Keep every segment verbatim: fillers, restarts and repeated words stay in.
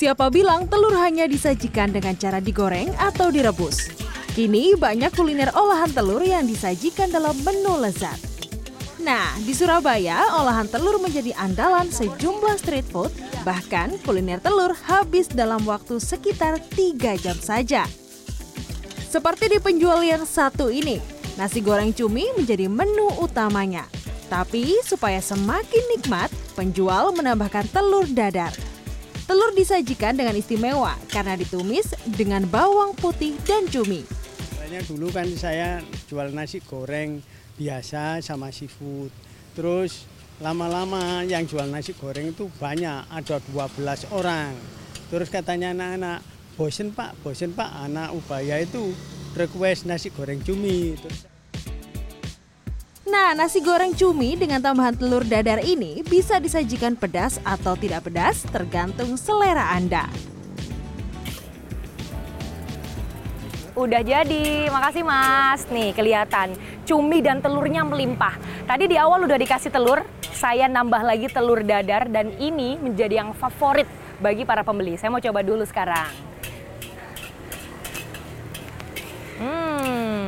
Siapa bilang telur hanya disajikan dengan cara digoreng atau direbus? Kini banyak kuliner olahan telur yang disajikan dalam menu lezat. Nah, di Surabaya, olahan telur menjadi andalan sejumlah street food, bahkan kuliner telur habis dalam waktu sekitar tiga jam saja. Seperti di penjual yang satu ini, nasi goreng cumi menjadi menu utamanya. Tapi supaya semakin nikmat, penjual menambahkan telur dadar. Telur disajikan dengan istimewa karena ditumis dengan bawang putih dan cumi. Dulu kan saya jual nasi goreng biasa sama seafood. Terus lama-lama yang jual nasi goreng itu banyak, ada dua belas orang. Terus katanya anak-anak, bosen pak, bosen pak, anak Ubaya itu request nasi goreng cumi. Terus... Nah, nasi goreng cumi dengan tambahan telur dadar ini bisa disajikan pedas atau tidak pedas tergantung selera Anda. Udah jadi, makasih Mas. Nih kelihatan cumi dan telurnya melimpah. Tadi di awal udah dikasih telur, saya nambah lagi telur dadar dan ini menjadi yang favorit bagi para pembeli. Saya mau coba dulu sekarang. Hmm.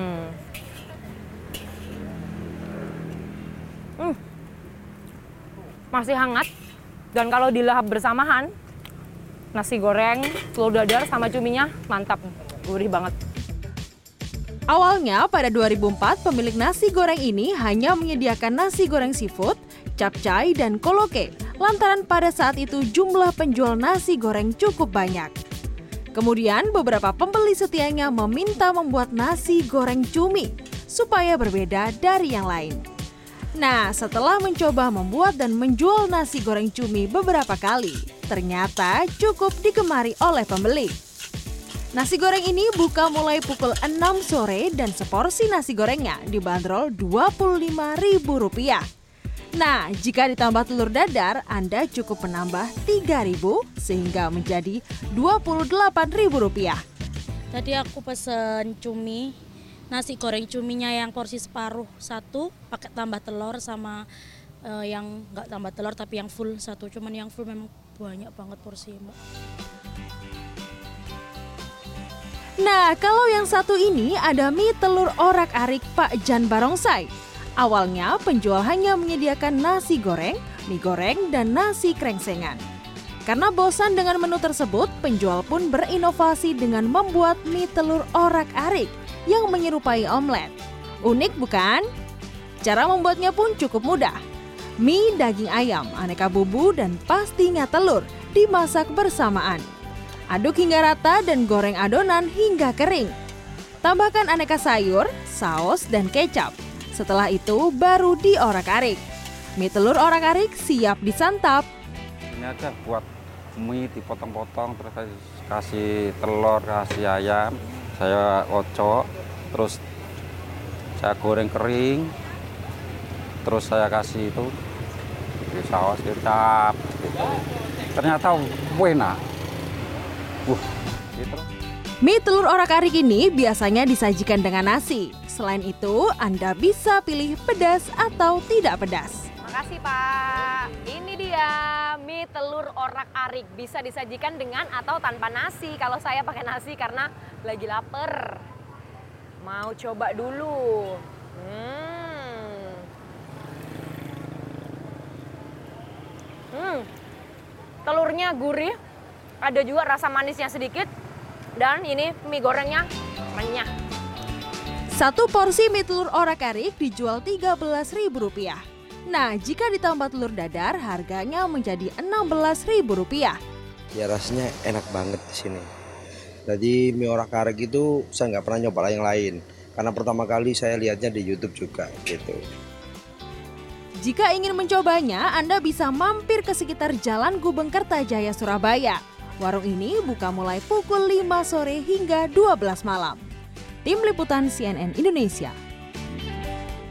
Hmm. Masih hangat dan kalau dilahap bersamaan, nasi goreng, telur dadar sama cuminya mantap, gurih banget. Awalnya pada dua ribu empat, pemilik nasi goreng ini hanya menyediakan nasi goreng seafood, capcay, dan koloke. Lantaran pada saat itu jumlah penjual nasi goreng cukup banyak. Kemudian beberapa pembeli setianya meminta membuat nasi goreng cumi supaya berbeda dari yang lain. Nah, setelah mencoba membuat dan menjual nasi goreng cumi beberapa kali, ternyata cukup digemari oleh pembeli. Nasi goreng ini buka mulai pukul enam sore dan seporsi nasi gorengnya dibanderol dua puluh lima ribu rupiah. Nah, jika ditambah telur dadar, Anda cukup menambah tiga ribu sehingga menjadi dua puluh delapan ribu rupiah. Tadi aku pesen cumi, nasi goreng cuminya yang porsi separuh satu, pakai tambah telur sama uh, yang nggak tambah telur tapi yang full satu. Cuman yang full memang banyak banget porsinya, Mbak. Nah, kalau yang satu ini ada mie telur orak-arik Pak Jan Barongsai. Awalnya penjual hanya menyediakan nasi goreng, mie goreng, dan nasi krengsengan. Karena bosan dengan menu tersebut, penjual pun berinovasi dengan membuat mie telur orak-arik yang menyerupai omelet. Unik bukan? Cara membuatnya pun cukup mudah. Mie, daging ayam, aneka bumbu, dan pastinya telur dimasak bersamaan. Aduk hingga rata dan goreng adonan hingga kering. Tambahkan aneka sayur, saus, dan kecap. Setelah itu baru diorak-arik. Mie telur orak-arik siap disantap. Ini aja buat mie dipotong-potong, terus kasih telur, kasih ayam, saya ocok, terus saya goreng kering, terus saya kasih itu saus kecap. Gitu. Ternyata enak. Uh, gitu. Mie telur orak-arik ini biasanya disajikan dengan nasi. Selain itu, Anda bisa pilih pedas atau tidak pedas. Makasih Pak. Ini dia mie telur orak-arik. Bisa disajikan dengan atau tanpa nasi. Kalau saya pakai nasi karena lagi lapar. Mau coba dulu. Hmm. Hmm. Telurnya gurih. Ada juga rasa manisnya sedikit. Dan ini mie gorengnya renyah. Satu porsi mie telur orak-arik dijual tiga belas ribu rupiah. Nah, jika ditambah telur dadar, harganya menjadi enam belas ribu rupiah. Ya rasanya enak banget di sini. Jadi mie orak-arik itu saya nggak pernah nyoba yang lain. Karena pertama kali saya lihatnya di YouTube juga gitu. Jika ingin mencobanya, Anda bisa mampir ke sekitar Jalan Gubeng Kertajaya, Surabaya. Warung ini buka mulai pukul lima sore hingga dua belas malam. Tim Liputan C N N Indonesia.